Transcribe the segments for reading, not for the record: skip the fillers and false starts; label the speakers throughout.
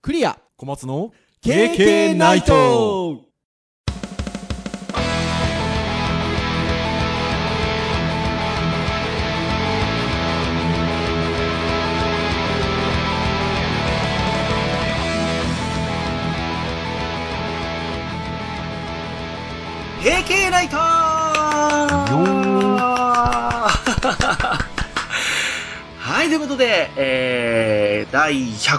Speaker 1: クリア
Speaker 2: 小松の
Speaker 1: KK ナイト。
Speaker 3: KK ナイトはい、ということで、第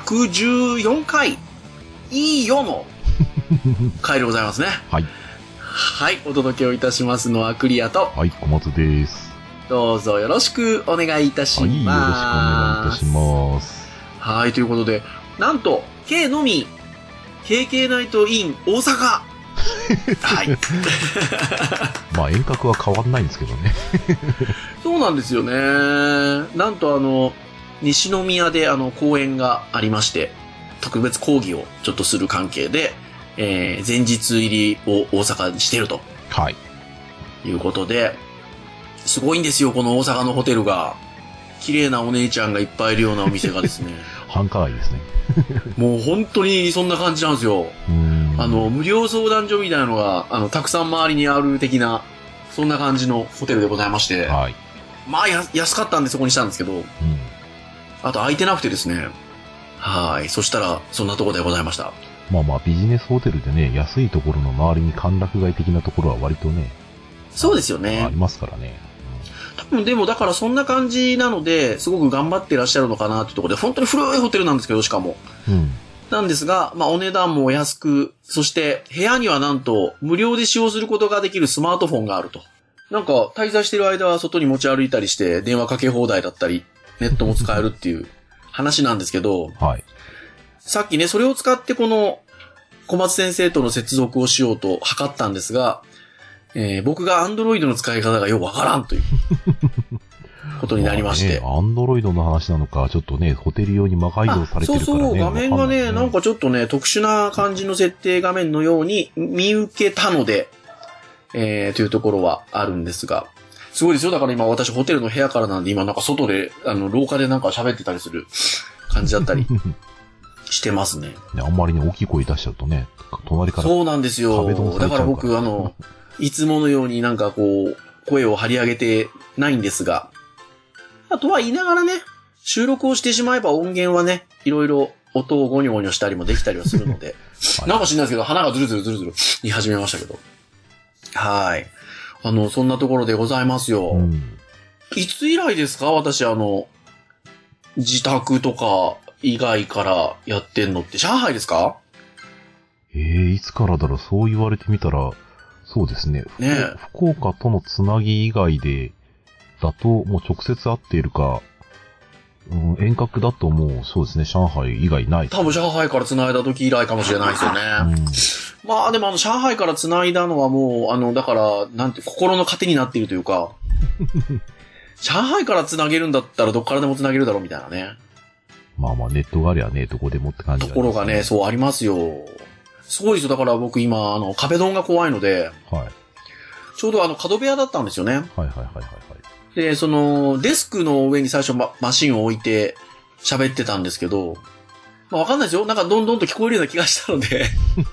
Speaker 3: 114回、いいよの回でございますね。
Speaker 4: はい。
Speaker 3: はい、お届けをいたしますのはクリアと、
Speaker 4: はい、小松です。
Speaker 3: どうぞよろしくお願いいたします。
Speaker 4: はい、よろしくお願いいたします。
Speaker 3: はい、ということで、なんと、K のみ、KK ナイトイン大阪はい。
Speaker 4: まあ遠隔は変わんないんですけどね。
Speaker 3: そうなんですよね。なんと西宮で公演がありまして、特別講義をちょっとする関係で、前日入りを大阪にしてると。
Speaker 4: はい。
Speaker 3: いうことで、すごいんですよ、この大阪のホテルが。綺麗なお姉ちゃんがいっぱいいるようなお店がですね。
Speaker 4: 繁華街ですね。
Speaker 3: もう本当にそんな感じなんですよ。無料相談所みたいなのが、たくさん周りにある的な、そんな感じのホテルでございまして。
Speaker 4: はい。
Speaker 3: まあ、安かったんでそこにしたんですけど、あと空いてなくてですね。はい。そしたら、そんなところでございました。
Speaker 4: まあまあ、ビジネスホテルでね、安いところの周りに歓楽街的なところは割とね。
Speaker 3: そうですよね。
Speaker 4: ありますからね。
Speaker 3: 多分でもだからそんな感じなので、すごく頑張ってらっしゃるのかなっていうところで、本当に古いホテルなんですけど、しかも。なんですが、まあお値段も安く、そして部屋にはなんと無料で使用することができるスマートフォンがあると。なんか滞在してる間は外に持ち歩いたりして電話かけ放題だったり、ネットも使えるっていう話なんですけど、
Speaker 4: はい。
Speaker 3: さっきね、それを使ってこの小松先生との接続をしようと図ったんですが、僕が Android の使い方がよくわからんということになりまして。
Speaker 4: Android の話なのか、ちょっとね、ホテル用に魔改造されてるからね。
Speaker 3: そう、画面がね、なんかちょっとね、特殊な感じの設定画面のように見受けたので、というところはあるんですが、すごいですよ。だから今私ホテルの部屋からなんで、今なんか外で、廊下でなんか喋ってたりする感じだったりしてますね。
Speaker 4: あんまりね、大きい声出しちゃうとね、隣から。
Speaker 3: そうなんですよ。だから僕、いつものようになんかこう、声を張り上げてないんですが、とは言いながらね、収録をしてしまえば音源はね、いろいろ音をゴニョゴニョしたりもできたりはするので、なんか知んないですけど、鼻がズルズルズルズル言い始めましたけど。はい。そんなところでございますよ。いつ以来ですか？私自宅とか以外からやってんのって上海ですか？
Speaker 4: いつからだろう、そう言われてみたら、そうですね。福岡とのつなぎ以外で、だと、もう直接会っているか、遠隔だともうそうですね、上海以外ない。
Speaker 3: 多分上海から繋いだ時以来かもしれないですよね。まあでも上海から繋いだのはもう、だから、なんて、心の糧になっているというか、上海から繋げるんだったらどっからでも繋げるだろうみたいなね。
Speaker 4: まあまあネットがありゃね、どこでもって感じ、
Speaker 3: ところがね、そうありますよ。すごいですよ。だから僕今、壁ドンが怖いので、
Speaker 4: はい。
Speaker 3: ちょうど角部屋だったんですよね。
Speaker 4: はい。
Speaker 3: で、デスクの上に最初マシンを置いて喋ってたんですけど、まあわかんないですよ。なんかどんどんと聞こえるような気がしたので。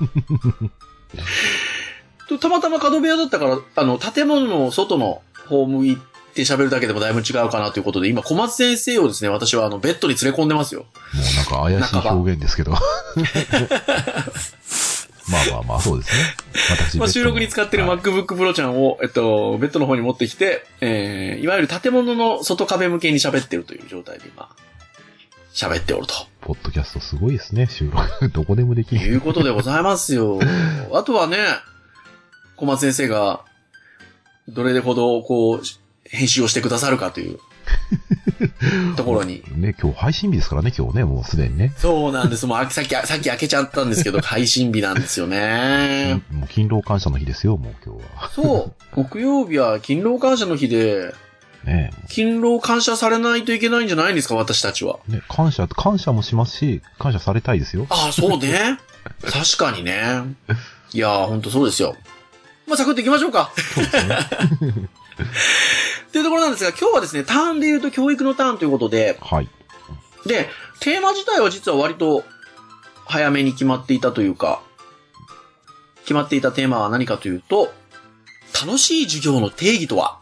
Speaker 3: たまたま角部屋だったから、建物の外の方向いて喋るだけでもだいぶ違うかなということで、今小松先生をですね、私はベッドに連れ込んでますよ。も
Speaker 4: うなんか怪しい表現ですけど。まあ、そうですね。
Speaker 3: 私収録に使ってる MacBook Pro ちゃんを、ベッドの方に持ってきて、いわゆる建物の外壁向けに喋ってるという状態で今、喋っておると。
Speaker 4: ポッドキャストすごいですね、収録。どこでもできる。
Speaker 3: ということでございますよ。あとはね、小松先生が、どれほど、編集をしてくださるかという。ところに。
Speaker 4: ね、今日配信日ですからね、今日ね、もうすでにね。
Speaker 3: そうなんです。もうさっき開けちゃったんですけど、配信日なんですよね。
Speaker 4: もう勤労感謝の日ですよ、もう今日は。
Speaker 3: そう。木曜日は勤労感謝の日で、ね、勤労感謝されないといけないんじゃないんですか、私たちは。
Speaker 4: ね、感謝もしますし、感謝されたいですよ。
Speaker 3: ああ、そうね。確かにね。いやー、ほんとそうですよ。まあ、サクッと行きましょうか。
Speaker 4: そうですね。
Speaker 3: っていうところなんですが、今日はですね、ターンで言うと教育のターンということで、
Speaker 4: はい。
Speaker 3: で、テーマ自体は実は割と早めに決まっていたというか、決まっていたテーマは何かというと、楽しい授業の定義とは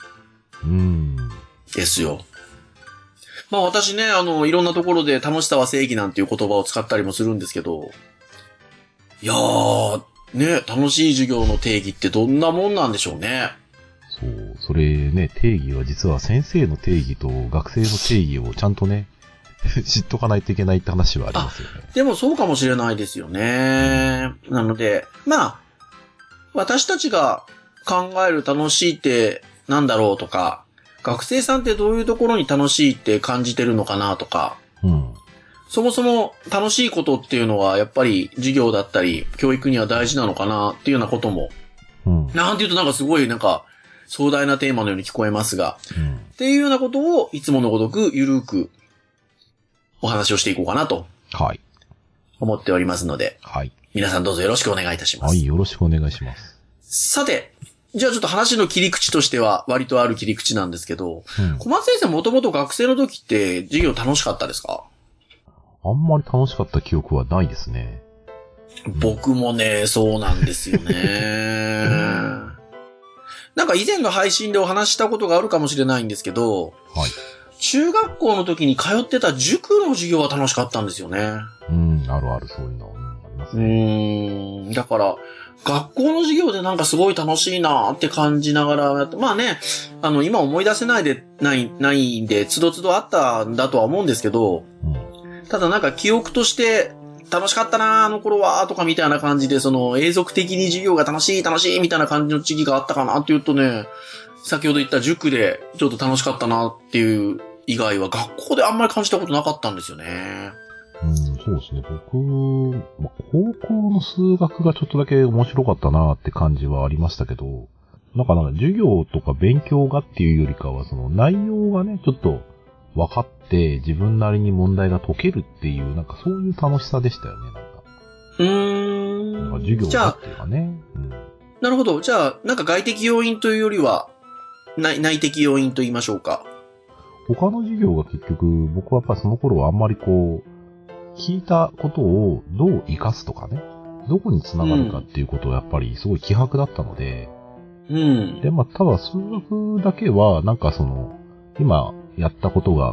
Speaker 3: ですよ。まあ私ね、いろんなところで楽しさは正義なんていう言葉を使ったりもするんですけど、いやー、ね、楽しい授業の定義ってどんなもんなんでしょうね。
Speaker 4: そう、それね、定義は実は先生の定義と学生の定義をちゃんとね、知っとかないといけないって話はありますよね。
Speaker 3: でもそうかもしれないですよね。なので、まあ、私たちが考える楽しいってなんだろうとか、学生さんってどういうところに楽しいって感じてるのかなとか、そもそも楽しいことっていうのはやっぱり授業だったり教育には大事なのかなっていうようなことも、なんていうとなんかすごいなんか壮大なテーマのように聞こえますが、っていうようなことをいつものごとくゆるくお話をしていこうかなと思っておりますので、皆さんどうぞよろしくお願いいたします。
Speaker 4: はい、よろしくお願いします。
Speaker 3: さて、じゃあちょっと話の切り口としては割とある切り口なんですけど、小松先生もともと学生の時って授業楽しかったですか？
Speaker 4: あんまり楽しかった記憶はないですね。
Speaker 3: 僕もね、そうなんですよね。なんか以前の配信でお話したことがあるかもしれないんですけど、中学校の時に通ってた塾の授業は楽しかったんですよね。
Speaker 4: あるあるそういうの、ありますね。
Speaker 3: だから、学校の授業でなんかすごい楽しいなーって感じながらやって、まあね、今思い出せないんで、つどつどあったんだとは思うんですけど、ただなんか記憶として楽しかったなーあの頃はとかみたいな感じで、その永続的に授業が楽しいみたいな感じの時期があったかなっていうとね、先ほど言った塾でちょっと楽しかったなっていう以外は学校であんまり感じたことなかったんですよね。
Speaker 4: そうですね。僕、高校の数学がちょっとだけ面白かったなって感じはありましたけど、なんか授業とか勉強がっていうよりかは、その内容がね、ちょっと分かって自分なりに問題が解けるっていう、なんかそういう楽しさでしたよね、なんか。なんか授業だっていうかね。
Speaker 3: なるほど。じゃあ、なんか外的要因というよりは、内的要因と言いましょうか。
Speaker 4: 他の授業が結局、僕はやっぱその頃はあんまり聞いたことをどう活かすとかね、どこに繋がるかっていうことをやっぱりすごい希薄だったので、で、まあ、ただ数学だけは、なんか今やったことが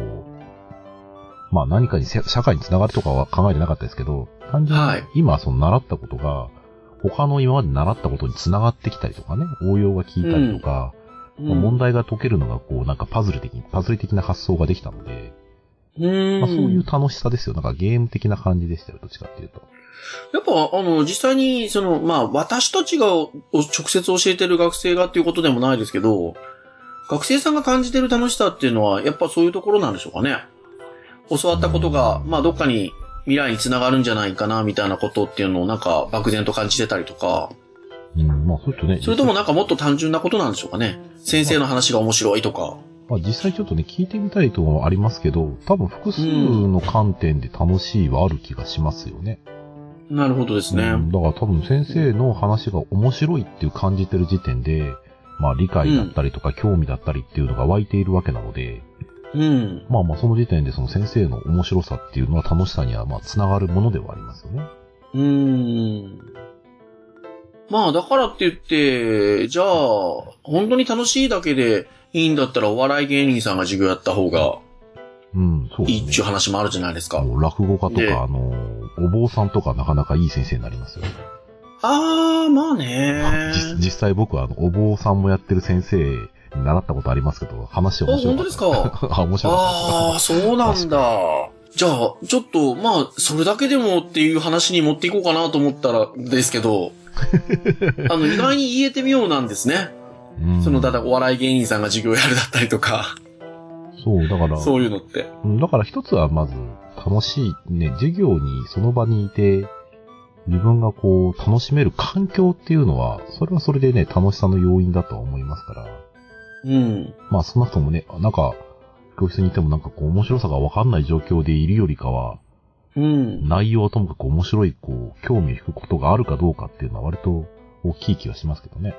Speaker 4: まあ何かに社会に繋がるとかは考えてなかったですけど、単純に今習ったことが、他の今まで習ったことに繋がってきたりとかね、応用が効いたりとか、問題が解けるのがなんかパズル的な発想ができたので、まあ、そういう楽しさですよ。なんかゲーム的な感じでしたよ、どっちかっていうと。
Speaker 3: やっぱ、実際に、まあ、私たちが直接教えてる学生がっていうことでもないですけど、学生さんが感じてる楽しさっていうのは、やっぱそういうところなんでしょうかね。教わったことが、まあ、どっかに未来につながるんじゃないかな、みたいなことっていうのをなんか漠然と感じてたりとか。
Speaker 4: まあ、そうとね。
Speaker 3: それともなんかもっと単純なことなんでしょうかね。先生の話が面白いとか。
Speaker 4: まあ、実際ちょっとね、聞いてみたいともありますけど、多分複数の観点で楽しいはある気がしますよね。
Speaker 3: なるほどですね。
Speaker 4: だから多分先生の話が面白いっていう感じてる時点で、まあ理解だったりとか興味だったりっていうのが湧いているわけなので、まあまあその時点でその先生の面白さっていうのは楽しさにはまあ繋がるものではありますよね。
Speaker 3: まあだからって言って、じゃあ、本当に楽しいだけでいいんだったらお笑い芸人さんが授業やった方が、
Speaker 4: そうですね。
Speaker 3: いいっていう話もあるじゃないですか。
Speaker 4: 落語家とか、お坊さんとかなかなかいい先生になりますよね。
Speaker 3: まあね。
Speaker 4: 実際僕はお坊さんもやってる先生に習ったことありますけど、話面白い。
Speaker 3: 本当ですか？
Speaker 4: 面白い。
Speaker 3: そうなんだ。じゃあ、ちょっと、まあ、それだけでもっていう話に持っていこうかなと思ったらですけど、意外に言えてみようなんですね。だからお笑い芸人さんが授業やるだったりとか。
Speaker 4: そう、だから。
Speaker 3: そういうのって。
Speaker 4: だから一つはまず、楽しい、ね、授業にその場にいて、自分が楽しめる環境っていうのは、それはそれでね、楽しさの要因だとは思いますから。まあ、その人もね、なんか、教室にいてもなんか面白さがわかんない状況でいるよりかは、内容はともかく面白い、興味を引くことがあるかどうかっていうのは割と大きい気がしますけどね。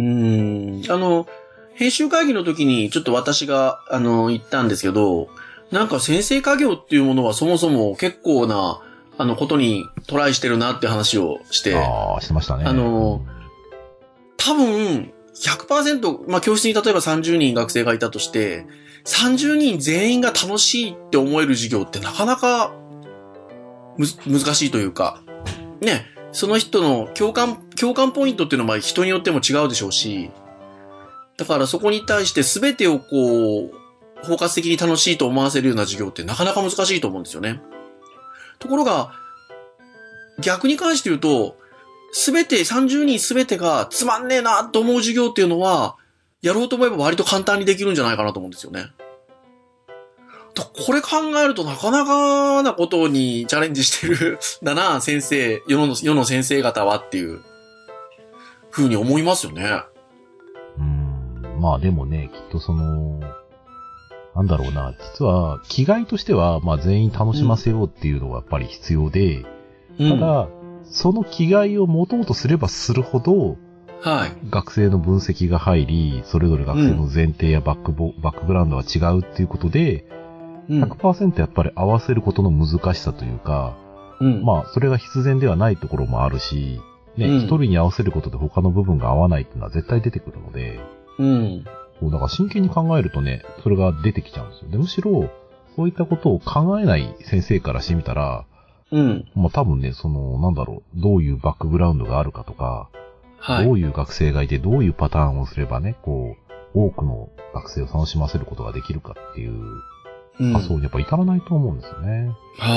Speaker 3: 編集会議の時にちょっと私が、言ったんですけど、なんか先生家業っていうものはそもそも結構なことにトライしてるなって話をして。
Speaker 4: ああ、してましたね。
Speaker 3: 多分、100%、まあ、教室に例えば30人学生がいたとして、30人全員が楽しいって思える授業ってなかなか、難しいというか、ね、その人の共感ポイントっていうのは人によっても違うでしょうし、だからそこに対して全てをこう、包括的に楽しいと思わせるような授業ってなかなか難しいと思うんですよね。ところが、逆に関して言うと、30人全てがつまんねえなと思う授業っていうのは、やろうと思えば割と簡単にできるんじゃないかなと思うんですよね。これ考えるとなかなかなことにチャレンジしてるだな、先生、世の先生方はっていう風に思いますよね。
Speaker 4: まあでもね、きっとなんだろうな、実は、気概としては、まあ全員楽しませようっていうのがやっぱり必要で、ただ、その気概を持とうとすればするほど、
Speaker 3: はい。
Speaker 4: 学生の分析が入り、それぞれ学生の前提やバックグラウンドが違うっていうことで、100% やっぱり合わせることの難しさというか、まあ、それが必然ではないところもあるし、ね、一人に合わせることで他の部分が合わないっていうのは絶対出てくるので、だから真剣に考えるとね、それが出てきちゃうんですよ。で、むしろ、そういったことを考えない先生からしてみたら、まあ多分ね、なんだろう、どういうバックグラウンドがあるかとか、どういう学生がいて、どういうパターンをすればね、こう、多くの学生を楽しませることができるかっていう発想にやっぱ至らないと思うんですよね。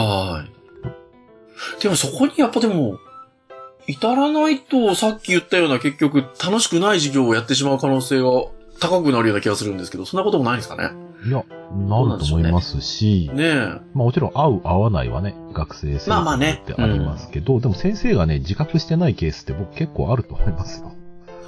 Speaker 3: でもそこにやっぱでも、至らないとさっき言ったような結局楽しくない授業をやってしまう可能性が高くなるような気がするんですけど、そんなこともないんですかね？
Speaker 4: いや、なると思いますし、
Speaker 3: ねえ。
Speaker 4: まあもちろん合う合わないはね、学生生徒によってありますけど、でも先生がね、自覚してないケースって僕結構あると思いますよ。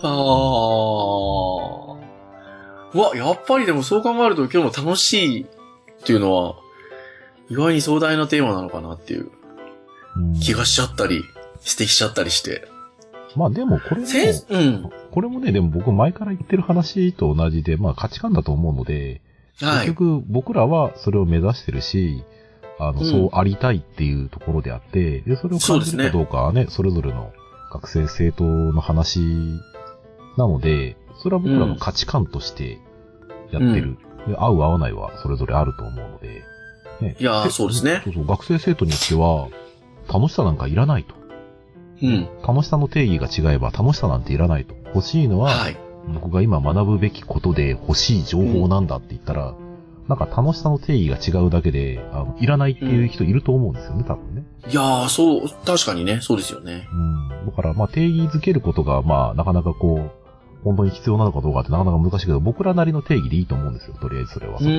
Speaker 3: やっぱりでもそう考えると今日の楽しいっていうのは、意外に壮大なテーマなのかなっていう気がしちゃったり、指摘しちゃったりして。
Speaker 4: まあでもこれも、これもね、でも僕前から言ってる話と同じで、まあ価値観だと思うので、結局僕らはそれを目指してるし、そうありたいっていうところであって、で、それを感じるかどうかはね、それぞれの学生生徒の話なので、それは僕らの価値観としてやってる。で、合う合わないはそれぞれあると思うので。
Speaker 3: ね、いやー、そうですね。
Speaker 4: そう、学生生徒によっては、楽しさなんかいらないと。楽しさの定義が違えば楽しさなんていらないと。欲しいのは、僕が今学ぶべきことで欲しい情報なんだって言ったら、なんか楽しさの定義が違うだけで、いらないっていう人いると思うんですよね、多分ね。
Speaker 3: いやー、そう、確かにね、そうですよね。
Speaker 4: だから、まあ定義づけることが、まあなかなかこう、本当に必要なのかどうかってなかなか難しいけど、僕らなりの定義でいいと思うんですよ、とりあえずそれは。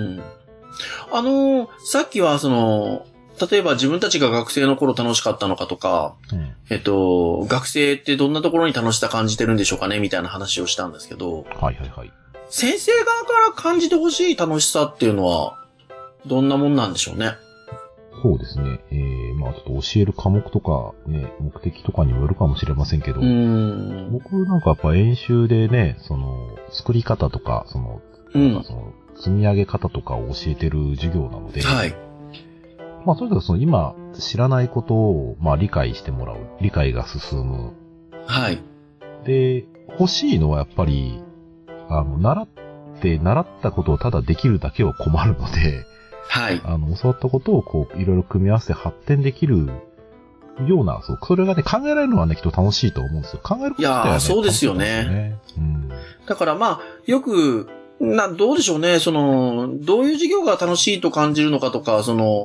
Speaker 3: さっきは例えば自分たちが学生の頃楽しかったのかとか、学生ってどんなところに楽しさ感じてるんでしょうかねみたいな話をしたんですけど、先生側から感じてほしい楽しさっていうのは、どんなもんなんでしょうね。
Speaker 4: そうですね。まあちょっと教える科目とかね、目的とかにもよるかもしれませんけど、僕なんかやっぱ演習でね、作り方とか、積み上げ方とかを教えてる授業なので、まあ、とにかく今知らないことを、まあ、理解してもらう。理解が進む。で、欲しいのはやっぱり、習ったことをただできるだけは困るので、教わったことをこう、いろいろ組み合わせて発展できるような、それがね、考えられるのはね、きっと楽しいと思うんですよ。考えることはね。いやー、
Speaker 3: そうですよね。だからまあ、よく、どうでしょうね、どういう授業が楽しいと感じるのかとか、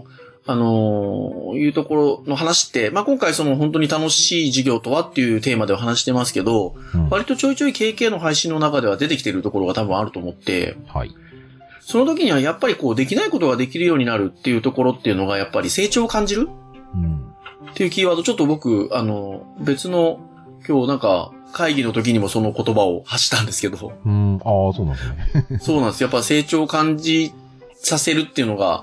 Speaker 3: いうところの話って、まあ、今回本当に楽しい授業とはっていうテーマでは話してますけど、割とちょいちょい KK の配信の中では出てきてるところが多分あると思って、その時にはやっぱりこうできないことができるようになるっていうところっていうのがやっぱり成長を感じるっていうキーワード、ちょっと僕、別の今日なんか会議の時にもその言葉を発したんですけど。
Speaker 4: そうなんですね。
Speaker 3: そうなんです。やっぱ成長を感じさせるっていうのが、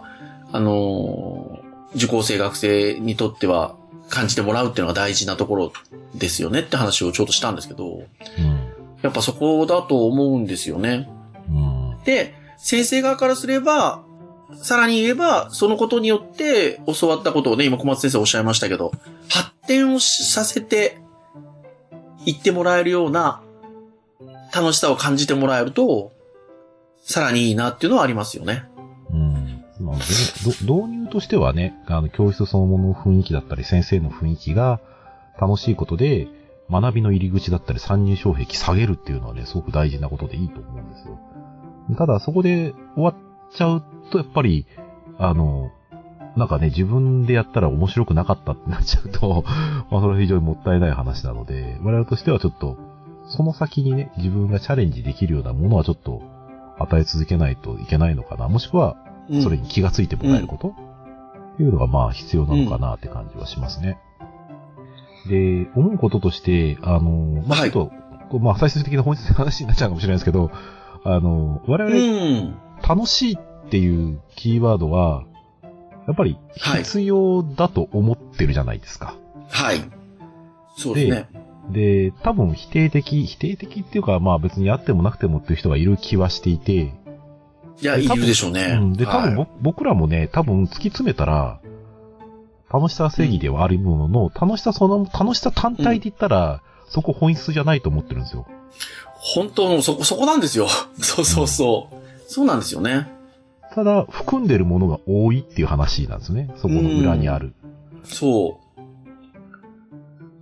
Speaker 3: 受講生学生にとっては感じてもらうっていうのが大事なところですよねって話をちょうどしたんですけど、やっぱそこだと思うんですよね。で、先生側からすれば、 さらに言えば、そのことによって教わったことをね、今小松先生おっしゃいましたけど、発展をさせていってもらえるような楽しさを感じてもらえると、さらにいいなっていうのはありますよね。
Speaker 4: まあ、導入としてはね、教室そのものの雰囲気だったり、先生の雰囲気が楽しいことで、学びの入り口だったり、参入障壁下げるっていうのはね、すごく大事なことでいいと思うんですよ。ただ、そこで終わっちゃうと、やっぱり、なんかね、自分でやったら面白くなかったってなっちゃうと、まあ、それは非常にもったいない話なので、我々としてはちょっと、その先にね、自分がチャレンジできるようなものはちょっと与え続けないといけないのかな。もしくは、それに気がついてもらえること、っていうのがまあ必要なのかなって感じはしますね。で、思うこととして、まあちょっと、まあ最終的な本質の話になっちゃうかもしれないですけど、我々、楽しいっていうキーワードは、やっぱり必要だと思ってるじゃないですか。
Speaker 3: はい。そうですね。
Speaker 4: で、多分否定的っていうか、まあ別にあってもなくてもっていう人がいる気はしていて、
Speaker 3: いや、いるでしょうね。
Speaker 4: で、多分、僕らもね、多分突き詰めたら、楽しさは正義ではあるものの、楽しさ単体で言ったら、そこ本質じゃないと思ってるんですよ。
Speaker 3: 本当の、そこなんですよ。そう。そうなんですよね。
Speaker 4: ただ、含んでるものが多いっていう話なんですね。そこの裏にある。
Speaker 3: そう。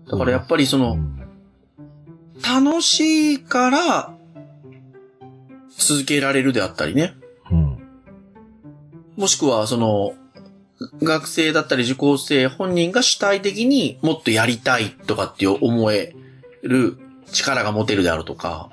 Speaker 3: だからやっぱり楽しいから、続けられるであったりね。もしくは、学生だったり受講生本人が主体的にもっとやりたいとかって思える力が持てるであるとか。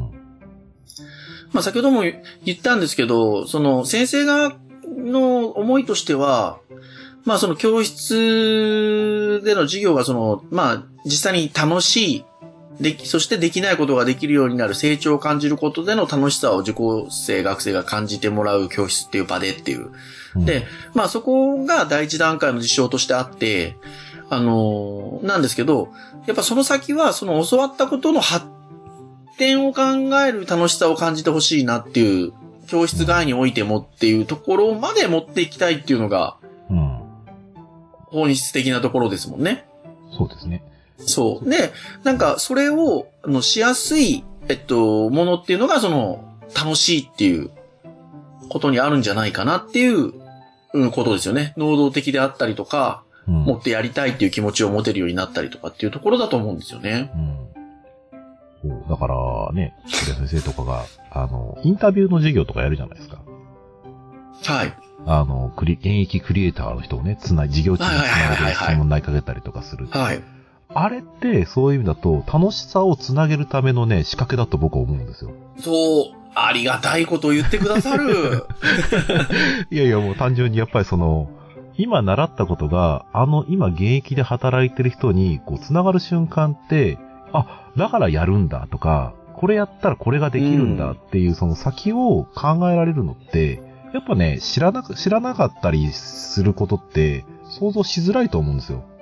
Speaker 3: まあ先ほども言ったんですけど、先生側の思いとしては、まあ教室での授業がまあ実際に楽しい、そしてできないことができるようになる成長を感じることでの楽しさを受講生、学生が感じてもらう教室っていう場でっていう。で、まあそこが第一段階の事象としてあって、なんですけど、やっぱその先は教わったことの発展を考える楽しさを感じてほしいなっていう、教室外においてもっていうところまで持っていきたいっていうのが、本質的なところですもんね。
Speaker 4: そうですね。
Speaker 3: そう。で、なんか、それを、しやすい、ものっていうのが、楽しいっていうことにあるんじゃないかなっていうことですよね。能動的であったりとか、もっとやりたいっていう気持ちを持てるようになったりとかっていうところだと思うんですよね。
Speaker 4: だからね、栗谷先生とかが、インタビューの授業とかやるじゃないですか。
Speaker 3: はい。
Speaker 4: 現役クリエイターの人をね、授業中につなげて質問投げかけたりとかする。
Speaker 3: はい。
Speaker 4: あれって、そういう意味だと、楽しさをつなげるためのね、仕掛けだと僕は思うんですよ。
Speaker 3: そう、ありがたいことを言ってくださる。
Speaker 4: いやいや、もう単純にやっぱり今習ったことが、今現役で働いてる人に、つながる瞬間って、だからやるんだとか、これやったらこれができるんだっていう、その先を考えられるのって、やっぱね、知らなかったりすることって、想像しづらいと思うんですよ。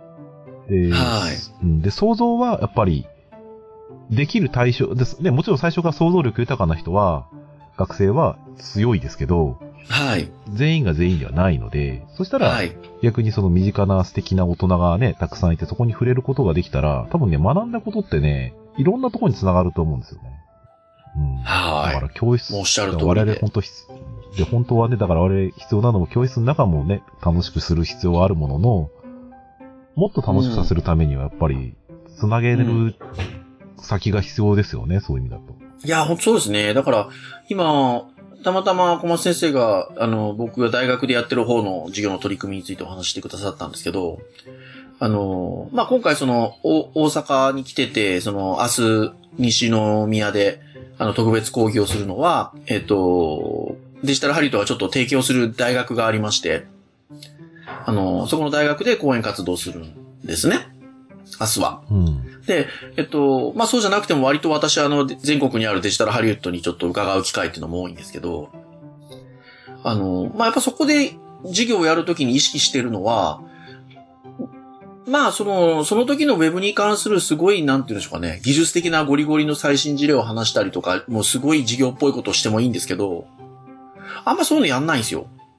Speaker 4: で、想像はやっぱり、できる対象です。ね、もちろん最初から想像力豊かな人は、学生は強いですけど、
Speaker 3: はい。
Speaker 4: 全員が全員ではないので、そしたら、逆に身近な素敵な大人がね、たくさんいて、そこに触れることができたら、多分ね、学んだことってね、いろんなところに繋がると思うんですよね。
Speaker 3: はい。
Speaker 4: だから教室、
Speaker 3: おっしゃる通りで。
Speaker 4: 我々本当はね、だから我々必要なのも教室の中もね、楽しくする必要はあるものの、もっと楽しくさせるためにはやっぱり、つなげる先が必要ですよね、そういう意味だと。
Speaker 3: いや、本当そうですね。だから、今、たまたま小松先生が、僕が大学でやってる方の授業の取り組みについてお話してくださったんですけど、まあ、今回大阪に来てて、明日、西宮で、特別講義をするのは、デジタルハリウッドがちょっと提供する大学がありまして、そこの大学で講演活動するんですね。明日は。で、まあ、そうじゃなくても割と私全国にあるデジタルハリウッドにちょっと伺う機会っていうのも多いんですけど、まあ、やっぱそこで授業をやるときに意識してるのは、まあ、その時のウェブに関するすごい、なんていうんでしょうかね、技術的なゴリゴリの最新事例を話したりとか、もうすごい授業っぽいことをしてもいいんですけど、あんまそういうのやんないんですよ。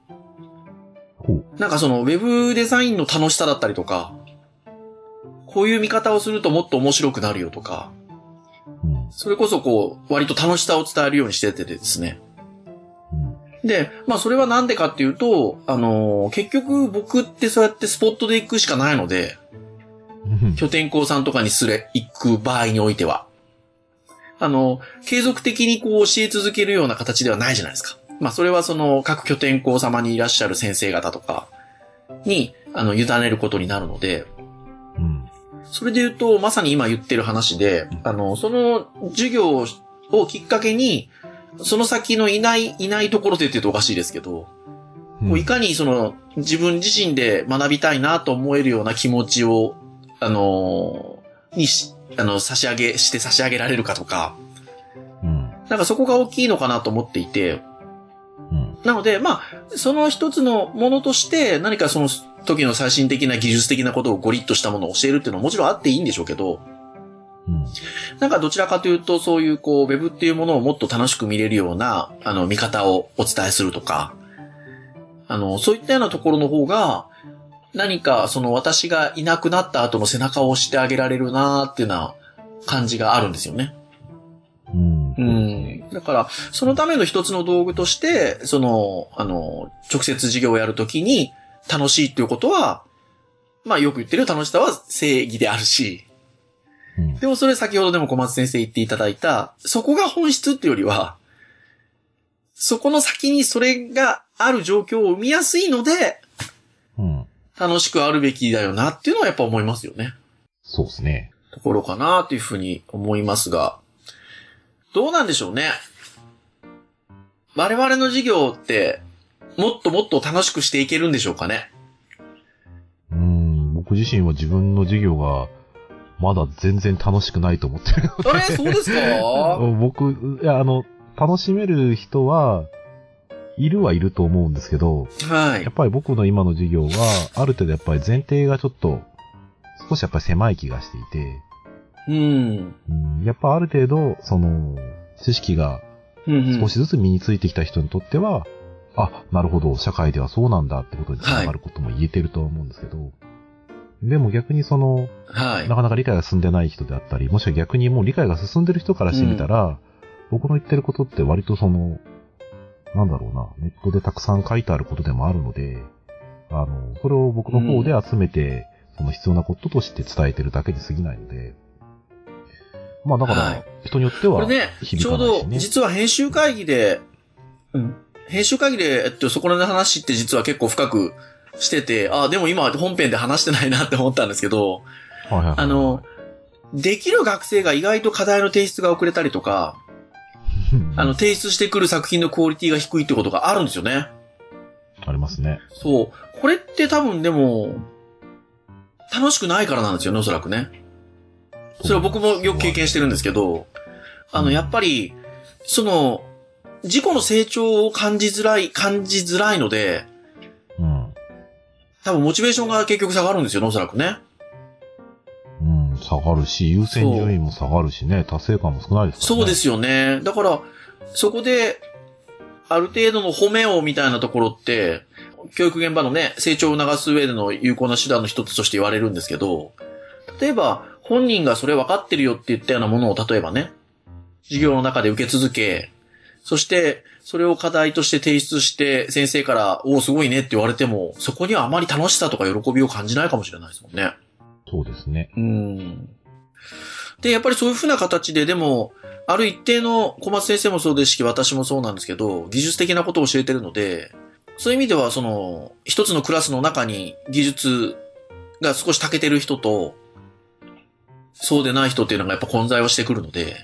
Speaker 3: なんかそのウェブデザインの楽しさだったりとか、こういう見方をするともっと面白くなるよとか、それこそこう、割と楽しさを伝えるようにしててですね。で、まあそれはなんでかっていうと、結局僕ってそうやってスポットで行くしかないので、拠点校さんとかに行く場合においては。継続的にこう教え続けるような形ではないじゃないですか。まあそれはその各拠点校様にいらっしゃる先生方とかに、委ねることになるので、それで言うと、まさに今言ってる話で、その授業をきっかけに、その先のいないところでって言うとおかしいですけど、こういかにその自分自身で学びたいなと思えるような気持ちを、差し上げられるかとか、なんかそこが大きいのかなと思っていて、なので、まあ、その一つのものとして何かその時の最新的な技術的なことをゴリッとしたものを教えるっていうのはもちろんあっていいんでしょうけど、なんかどちらかというとそういうこう、ウェブっていうものをもっと楽しく見れるような、見方をお伝えするとか、そういったようなところの方が、何かその私がいなくなった後の背中を押してあげられるなーっていうような感じがあるんですよね。だから、そのための一つの道具として、直接授業をやるときに楽しいっていうことは、まあよく言ってる楽しさは正義であるし、でもそれ先ほどでも小松先生言っていただいた、そこが本質っていうよりは、そこの先にそれがある状況を生みやすいので、楽しくあるべきだよなっていうのはやっぱ思いますよね。
Speaker 4: そうですね。
Speaker 3: ところかなというふうに思いますが、どうなんでしょうね。我々の授業ってもっともっと楽しくしていけるんでしょうかね。
Speaker 4: 僕自身は自分の授業がまだ全然楽しくないと思ってるので。
Speaker 3: あれそうですか
Speaker 4: 僕、楽しめる人はいると思うんですけど、
Speaker 3: はい。
Speaker 4: やっぱり僕の今の授業は、ある程度やっぱり前提がちょっと、少しやっぱり狭い気がしていて、やっぱある程度、知識が少しずつ身についてきた人にとっては、なるほど、社会ではそうなんだってことにつながることも言えてると思うんですけど、でも逆になかなか理解が進んでない人であったり、もしくは逆にもう理解が進んでる人からしてみたら、僕の言ってることって割となんだろうな、ネットでたくさん書いてあることでもあるので、それを僕の方で集めて、必要なこととして伝えてるだけに過ぎないので、まあだから、人によっては
Speaker 3: これね、ちょうど、実は編集会議で、そこらの話って実は結構深くしてて、でも今本編で話してないなって思ったんですけど、できる学生が意外と課題の提出が遅れたりとか、提出してくる作品のクオリティが低いってことがあるんですよね。
Speaker 4: ありますね。
Speaker 3: そう。これって多分でも、楽しくないからなんですよね、おそらくね。それは僕もよく経験してるんですけど、やっぱり、自己の成長を感じづらいので、多分モチベーションが結局下がるんですよね、おそらくね。
Speaker 4: 下がるし、優先順位も下がるしね、達成感も少ないですからね。
Speaker 3: そうですよね。だから、そこで、ある程度の褒めをみたいなところって、教育現場のね、成長を促す上での有効な手段の一つとして言われるんですけど、例えば、本人がそれ分かってるよって言ったようなものを、例えばね、授業の中で受け続け、そして、それを課題として提出して、先生から、すごいねって言われても、そこにはあまり楽しさとか喜びを感じないかもしれないですもんね。
Speaker 4: そうですね。
Speaker 3: で、やっぱりそういうふうな形で、でも、ある一定の小松先生もそうですし、私もそうなんですけど、技術的なことを教えてるので、そういう意味では、一つのクラスの中に技術が少し長けてる人と、そうでない人っていうのがやっぱ混在はしてくるので、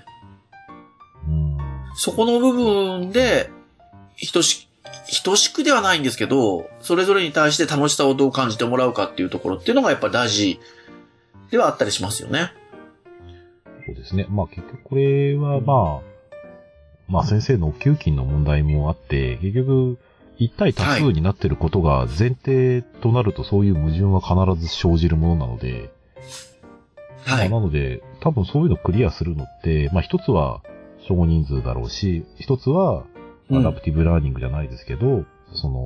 Speaker 3: そこの部分で、等しくではないんですけど、それぞれに対して楽しさをどう感じてもらうかっていうところっていうのがやっぱり大事ではあったりしますよね。
Speaker 4: そうですね。まあ結局これはまあ先生のお給金の問題もあって、結局一対多数になっていることが前提となるとそういう矛盾は必ず生じるものなので、なので多分そういうのをクリアするのって、一つは少人数だろうし、一つはアダプティブラーニングじゃないですけど、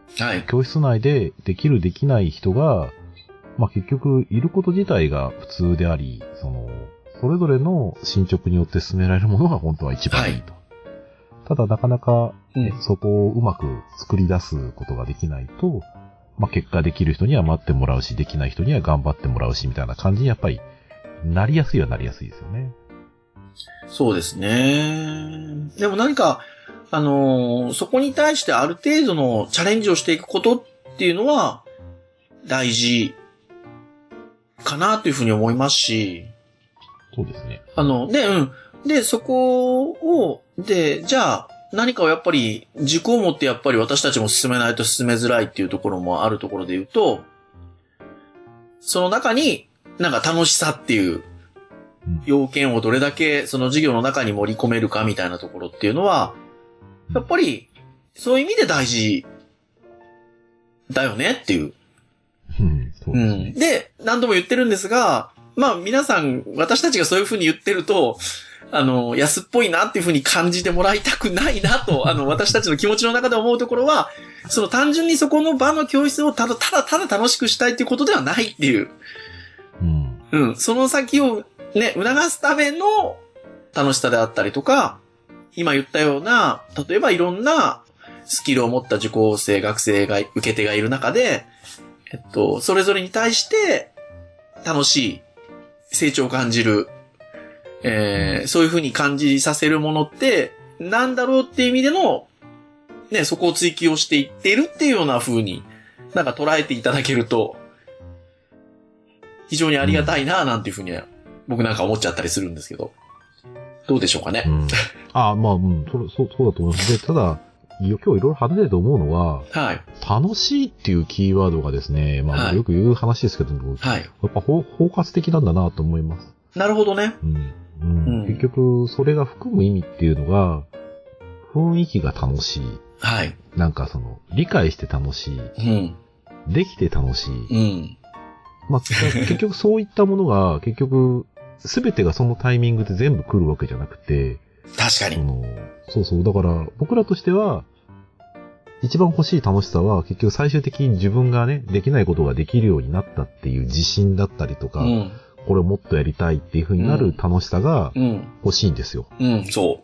Speaker 3: はい。
Speaker 4: 教室内でできるできない人が、まあ結局いること自体が普通であり、それぞれの進捗によって進められるものが本当は一番いいと。はい、ただなかなか、ね、そこをうまく作り出すことができないと、まあ結果できる人には待ってもらうし、できない人には頑張ってもらうし、みたいな感じにやっぱりなりやすいはなりやすいですよね。
Speaker 3: そうですね。でも何か、そこに対してある程度のチャレンジをしていくことっていうのは大事かなというふうに思いますし。
Speaker 4: そうですね。
Speaker 3: で、そこを、じゃあ何かをやっぱり軸を持ってやっぱり私たちも進めないと進めづらいっていうところもあるところで言うと、その中になんか楽しさっていう要件をどれだけその授業の中に盛り込めるかみたいなところっていうのは、やっぱりそういう意味で大事だよねっていう。
Speaker 4: そうですね。
Speaker 3: で、何度も言ってるんですが、まあ皆さん、私たちがそういうふうに言ってると、安っぽいなっていうふうに感じてもらいたくないなと、私たちの気持ちの中で思うところは、その単純にそこの場の教室をただ楽しくしたいっていうことではないっていう。その先をね、促すための楽しさであったりとか、今言ったような、例えばいろんなスキルを持った受講生、学生が、受け手がいる中で、それぞれに対して楽しい成長を感じる、そういうふうに感じさせるものってなんだろうっていう意味での、ね、そこを追求をしていっているっていうような風になんか捉えていただけると、非常にありがたいななんていうふうに僕なんか思っちゃったりするんですけど。どうでしょうかね。
Speaker 4: まあ、そうだと思います。で、ただ、今日いろいろ話してて思うのは、
Speaker 3: はい。
Speaker 4: 楽しいっていうキーワードがですね、まあ、よく言う話ですけども、
Speaker 3: はい。
Speaker 4: やっぱ包括的なんだなと思います。
Speaker 3: なるほどね。
Speaker 4: 結局、それが含む意味っていうのが、雰囲気が楽しい。
Speaker 3: はい。
Speaker 4: なんか理解して楽しい。できて楽しい。まあ、結局そういったものが、結局、すべてがそのタイミングで全部来るわけじゃなくて。
Speaker 3: 確かに。
Speaker 4: そう。だから、僕らとしては、一番欲しい楽しさは、結局最終的に自分がね、できないことができるようになったっていう自信だったりとか、これをもっとやりたいっていう風になる楽しさが欲しいんですよ。
Speaker 3: そう。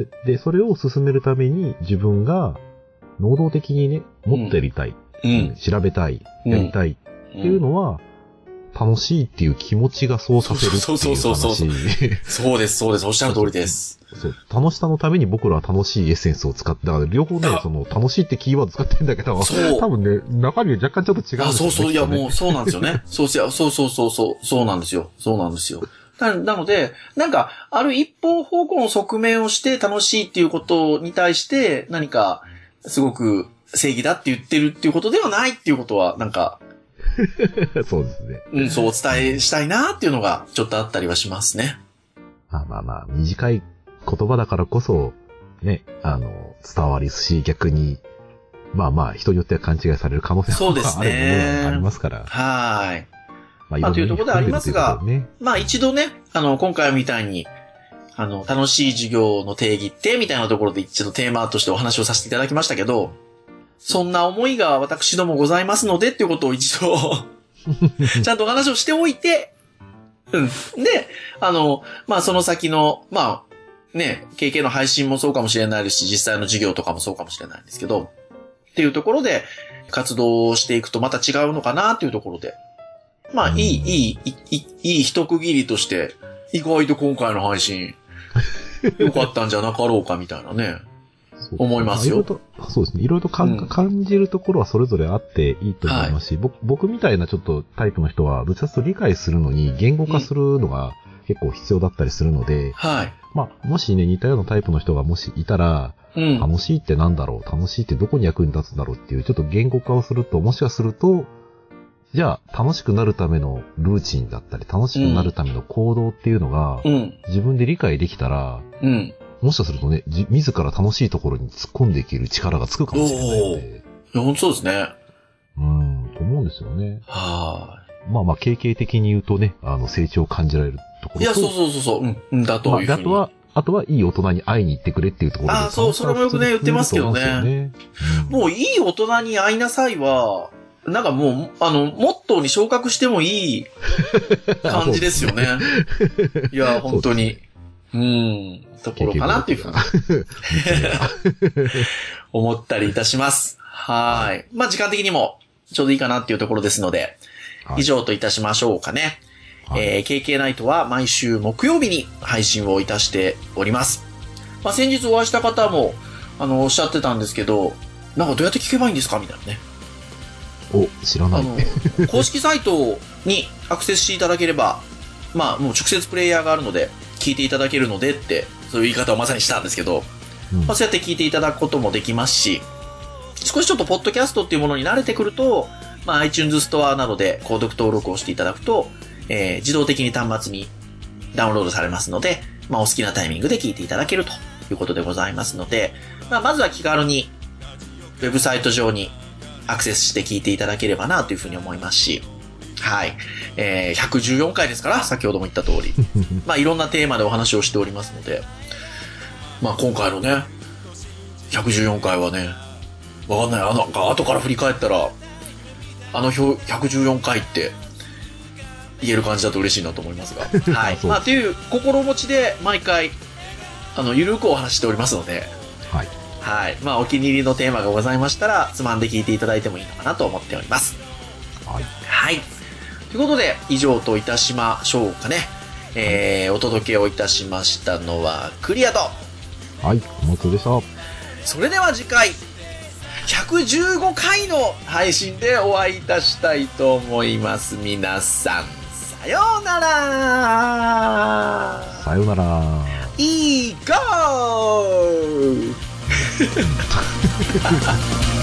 Speaker 4: で、それを進めるために自分が能動的にね、もっとやりたい、調べたい、やりたいっていうのは、楽しいっていう気持ちがそうさせるっていう話。
Speaker 3: そうです。おっしゃる通りです。
Speaker 4: そう。楽しさのために僕らは楽しいエッセンスを使って、だから両方ね、楽しいってキーワード使ってるんだけど、多分ね、中身が若干ちょっと違うんですよね。
Speaker 3: いやもうそうなんですよね。そうなんですよ。なので、なんか、ある一方方向の側面をして楽しいっていうことに対して、何か、すごく正義だって言ってるっていうことではないっていうことは、なんか、
Speaker 4: そうですね。
Speaker 3: そうお伝えしたいなっていうのがちょっとあったりはしますね。
Speaker 4: まあ、短い言葉だからこそ、ね、伝わりし、逆に、まあ、人によっては勘違いされる可能性があるものがありますから。
Speaker 3: はい。まあ、というところでありますが、まあ一度ね、今回みたいに、楽しい授業の定義って、みたいなところで一度テーマとしてお話をさせていただきましたけど、そんな思いが私どもございますのでっていうことを一度ちゃんとお話をしておいて、で、まあその先の、まあね、KK の配信もそうかもしれないですし、実際の授業とかもそうかもしれないんですけど、っていうところで活動をしていくとまた違うのかなっていうところで、まあいい一区切りとして、意外と今回の配信良かったんじゃなかろうかみたいなね。思いますよ。
Speaker 4: そうですね。いろいろと感じるところはそれぞれあっていいと思いますし、僕みたいなちょっとタイプの人は、どちらかというと理解するのに言語化するのが結構必要だったりするので、まあ、もしね、似たようなタイプの人がもしいたら、楽しいってなんだろう、楽しいってどこに役に立つんだろうっていう、ちょっと言語化をすると、もしかすると、じゃあ、楽しくなるためのルーチンだったり、楽しくなるための行動っていうのが、自分で理解できたら、もしかするとね、自ら楽しいところに突っ込んでいける力がつくかもしれないので。
Speaker 3: 本当そうですね。
Speaker 4: と思うんですよね。まあ、経験的に言うとね、成長を感じられるところと。
Speaker 3: いや、そう。だというふうに。
Speaker 4: あとは、 あとはいい大人に会いに行ってくれっていうところで。
Speaker 3: そう、それもよくね、言ってますけどね。もういい大人に会いなさいは、なんかもう、モットーに昇格してもいい感じですよね。いや、本当に。ところかなっていうふうに思ったりいたします。はい。まあ、時間的にもちょうどいいかなっていうところですので、以上といたしましょうかね。KK ナイトは毎週木曜日に配信をいたしております。まあ、先日お会いした方も、おっしゃってたんですけど、なんかどうやって聞けばいいんですかみたいなね。
Speaker 4: 知らない。
Speaker 3: 公式サイトにアクセスしていただければ、まあ、もう直接プレイヤーがあるので、聞いていただけるのでって、そういう言い方をまさにしたんですけど、まあ、そうやって聞いていただくこともできますし、少しちょっとポッドキャストっていうものに慣れてくると、まあ、iTunes ストアなどで購読登録をしていただくと、自動的に端末にダウンロードされますので、まあ、お好きなタイミングで聞いていただけるということでございますので、まあ、まずは気軽にウェブサイト上にアクセスして聞いていただければなというふうに思いますし、はい。114回ですから、先ほども言った通り。まあ、いろんなテーマでお話をしておりますので、まあ、今回のね、114回はね、わかんない。なんか、後から振り返ったら、114回って言える感じだと嬉しいなと思いますが。はい。まあ、という心持ちで、毎回、ゆるくお話しておりますので、
Speaker 4: はい。
Speaker 3: はい。まあ、お気に入りのテーマがございましたら、つまんで聞いていただいてもいいのかなと思っております。
Speaker 4: はい。
Speaker 3: はい。ということで、以上といたしましょうかね。お届けをいたしましたのは、クリアと。
Speaker 4: はい、おもつでした。
Speaker 3: それでは次回、115回の配信でお会いいたしたいと思います。皆さん、さようなら。
Speaker 4: さようなら。
Speaker 3: いいゴー